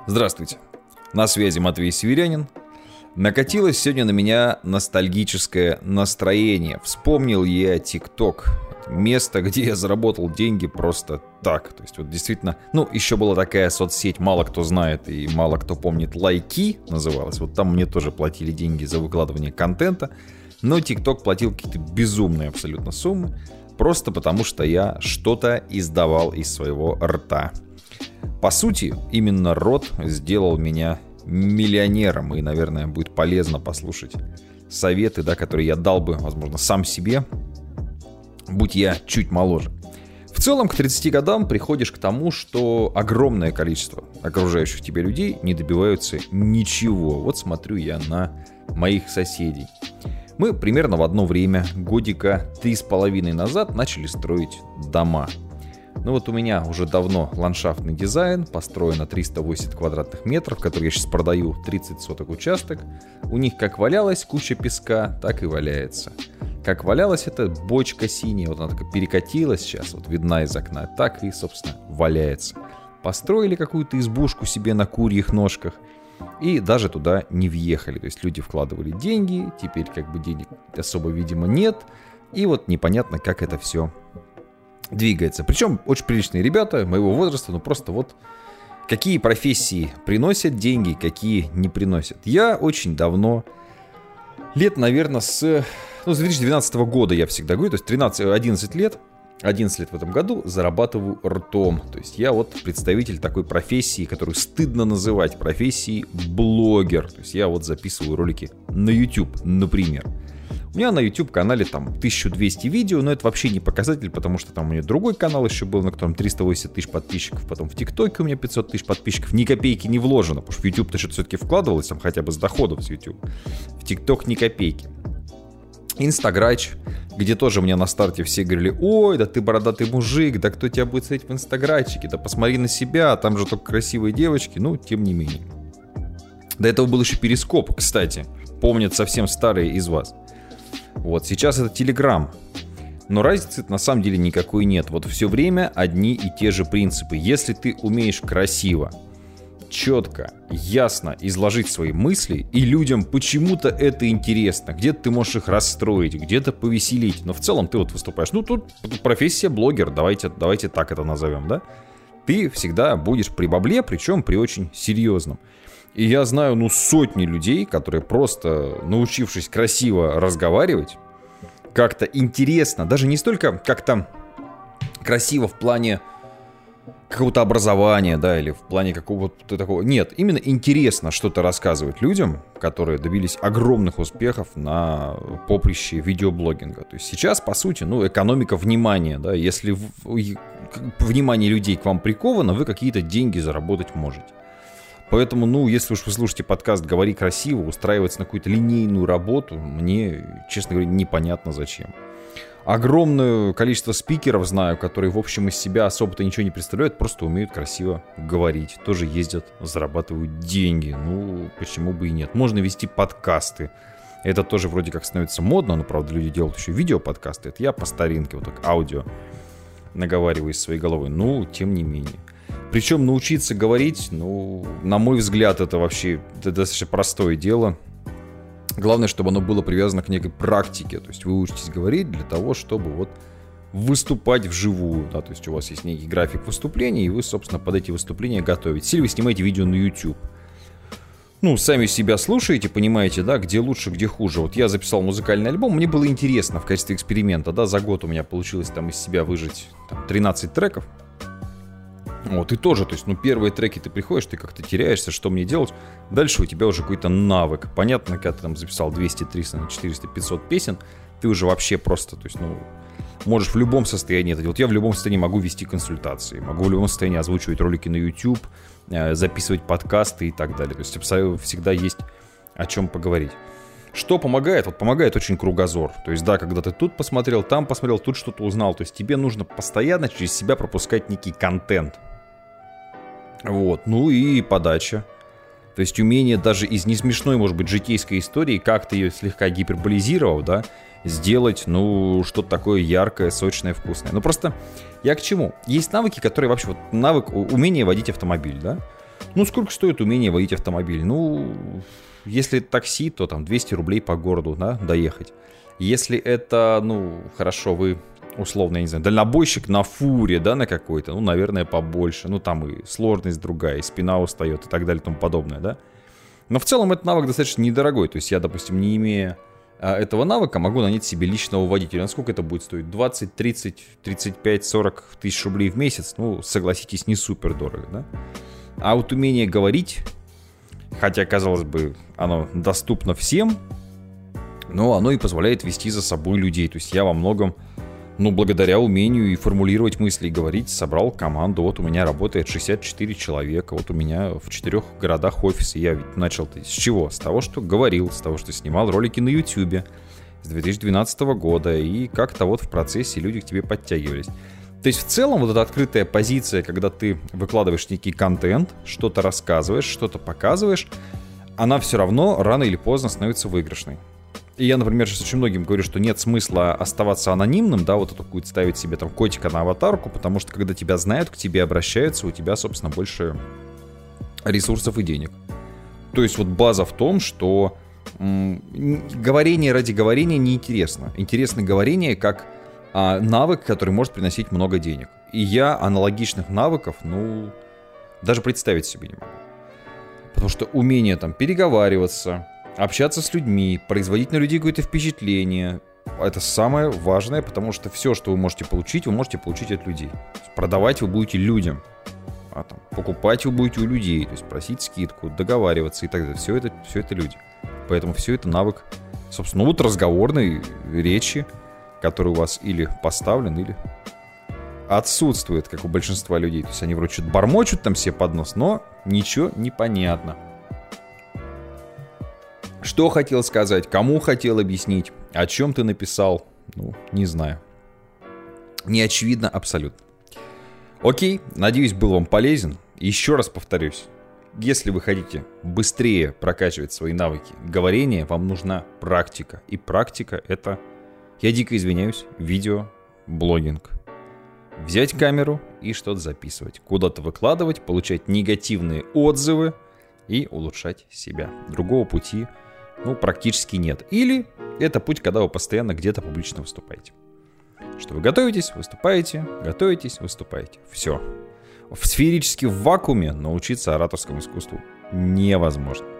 Здравствуйте, на связи Матвей Северянин. Накатилось сегодня на меня ностальгическое настроение. Вспомнил я ТикТок, место, где я заработал деньги просто так. То есть вот действительно, еще была такая соцсеть, мало кто знает и мало кто помнит, Лайки называлась. Вот там мне тоже платили деньги за выкладывание контента. Но ТикТок платил какие-то безумные абсолютно суммы, просто потому что я что-то издавал из своего рта. По сути, именно рот сделал меня миллионером, и, наверное, будет полезно послушать советы, которые я дал бы, возможно, сам себе, будь я чуть моложе. В целом, к 30 годам приходишь к тому, что огромное количество окружающих тебя людей не добиваются ничего. Вот смотрю я на моих соседей. Мы примерно в одно время, годика 3,5 назад, начали строить дома. Вот у меня уже давно ландшафтный дизайн, построено 380 квадратных метров, который я сейчас продаю, 30 соток участок. У них как валялась куча песка, так и валяется. Как валялась эта бочка синяя, вот она так перекатилась сейчас, вот видна из окна, так и, собственно, валяется. Построили какую-то избушку себе на курьих ножках и даже туда не въехали. То есть люди вкладывали деньги, теперь денег особо, видимо, нет. И вот непонятно, как это все двигается. Причем очень приличные ребята моего возраста, просто вот какие профессии приносят деньги, какие не приносят. Я очень давно, лет, наверное, с 2012 года я всегда говорю, то есть 11 лет в этом году зарабатываю ртом. То есть я вот представитель такой профессии, которую стыдно называть, профессии блогер. То есть я вот записываю ролики на YouTube, например. У меня на YouTube-канале там 1200 видео, но это вообще не показатель, потому что там у меня другой канал еще был, на котором 380 тысяч подписчиков, потом в ТикТоке у меня 500 тысяч подписчиков, ни копейки не вложено, потому что в YouTube-то что-то все-таки вкладывалось, там хотя бы с доходов с YouTube. В ТикТок ни копейки. Инстаграч, где тоже мне на старте все говорили: ой, да ты бородатый мужик, да кто тебя будет смотреть в инстаграчике, да посмотри на себя, там же только красивые девочки, тем не менее. До этого был еще Перископ, кстати, помнят совсем старые из вас. Вот, сейчас это Telegram. Но разницы на самом деле никакой нет. Вот все время одни и те же принципы. Если ты умеешь красиво, четко, ясно изложить свои мысли, и людям почему-то это интересно, где-то ты можешь их расстроить, где-то повеселить, но в целом ты вот выступаешь. Тут профессия блогер, давайте так это назовем, да? Ты всегда будешь при бабле, причем при очень серьезном. И я знаю, сотни людей, которые просто, научившись красиво разговаривать, как-то интересно, даже не столько как-то красиво в плане какого-то образования, да, или в плане какого-то такого. Нет, именно интересно что-то рассказывать людям, которые добились огромных успехов на поприще видеоблогинга. То есть сейчас, по сути, экономика внимания, да, если внимание людей к вам приковано, вы какие-то деньги заработать можете. Поэтому, если уж вы слушаете подкаст «Говори красиво», устраиваться на какую-то линейную работу, мне, честно говоря, непонятно зачем. Огромное количество спикеров знаю, которые, в общем, из себя особо-то ничего не представляют, просто умеют красиво говорить. Тоже ездят, зарабатывают деньги. Почему бы и нет. Можно вести подкасты. Это тоже вроде как становится модно, но, правда, люди делают еще видеоподкасты. Это я по старинке, вот так аудио наговариваю из своей головы. Тем не менее. Причем научиться говорить, на мой взгляд, это вообще достаточно простое дело. Главное, чтобы оно было привязано к некой практике. То есть вы учитесь говорить для того, чтобы выступать вживую. Да? То есть у вас есть некий график выступлений, и вы, собственно, под эти выступления готовитесь. Или вы снимаете видео на YouTube. Сами себя слушаете, понимаете, да, где лучше, где хуже. Вот я записал музыкальный альбом, мне было интересно в качестве эксперимента, да, за год у меня получилось там из себя выжать 13 треков. И тоже, то есть, первые треки ты приходишь, ты как-то теряешься, что мне делать. Дальше у тебя уже какой-то навык. Понятно, когда ты там записал 200, 300, 400, 500 песен, ты уже вообще просто, то есть, можешь в любом состоянии это делать. Я в любом состоянии могу вести консультации, могу в любом состоянии озвучивать ролики на YouTube, записывать подкасты и так далее. То есть, абсолютно всегда есть о чем поговорить. Что помогает? Помогает очень кругозор. То есть, да, когда ты тут посмотрел, там посмотрел, тут что-то узнал. То есть, тебе нужно постоянно через себя пропускать некий контент. И подача. То есть умение даже из несмешной, может быть, житейской истории, как-то ее слегка гиперболизировав, да, сделать, что-то такое яркое, сочное, вкусное. Просто я к чему? Есть навыки, которые вообще, навык, умение водить автомобиль, да. Ну, сколько стоит умение водить автомобиль? Ну, если это такси, то там 200 рублей по городу, да, доехать. Если это, ну, хорошо, вы условно, я не знаю, дальнобойщик на фуре, да, на какой-то, ну, наверное, побольше. Ну, там и сложность другая, и спина устает и так далее и тому подобное, да. Но в целом этот навык достаточно недорогой. То есть я, допустим, не имея этого навыка, могу нанять себе личного водителя. Насколько это будет стоить? 20, 30, 35, 40 тысяч рублей в месяц? Ну, согласитесь, не супер дорого, да. А вот умение говорить, хотя, казалось бы, оно доступно всем, но оно и позволяет вести за собой людей. То есть я во многом, ну, благодаря умению и формулировать мысли, и говорить, собрал команду. Вот у меня работает 64 человека, вот у меня в 4 городах офисы. Я ведь начал с чего? С того, что говорил, с того, что снимал ролики на YouTube с 2012 года, и как-то вот в процессе люди к тебе подтягивались. То есть в целом вот эта открытая позиция, когда ты выкладываешь некий контент, что-то рассказываешь, что-то показываешь, она все равно рано или поздно становится выигрышной. И я, например, сейчас очень многим говорю, что нет смысла оставаться анонимным, да, вот это будет ставить себе там котика на аватарку, потому что когда тебя знают, к тебе обращаются, у тебя, собственно, больше ресурсов и денег. То есть вот база в том, что говорение ради говорения неинтересно. Интересно говорение как навык, который может приносить много денег. И я аналогичных навыков, ну, даже представить себе не могу. Потому что умение там переговариваться, общаться с людьми, производить на людей какое-то впечатление, это самое важное, потому что все, что вы можете получить от людей. Продавать вы будете людям, там, покупать вы будете у людей, то есть просить скидку, договариваться и так далее. Все это люди. Поэтому все это навык, собственно, вот разговорной речи, который у вас или поставлен, или отсутствует, как у большинства людей. То есть они вроде что-то бормочут там себе под нос, но ничего не понятно. Что хотел сказать, кому хотел объяснить, о чем ты написал, ну, не знаю. Не очевидно абсолютно. Окей, надеюсь, был вам полезен. Еще раз повторюсь, если вы хотите быстрее прокачивать свои навыки говорения, вам нужна практика. И практика — это, я дико извиняюсь, видеоблогинг. Взять камеру и что-то записывать, куда-то выкладывать, получать негативные отзывы и улучшать себя. Другого пути, ну, практически нет. Или это путь, когда вы постоянно где-то публично выступаете. Что вы готовитесь, выступаете, готовитесь, выступаете. Все. Сферически в вакууме научиться ораторскому искусству невозможно.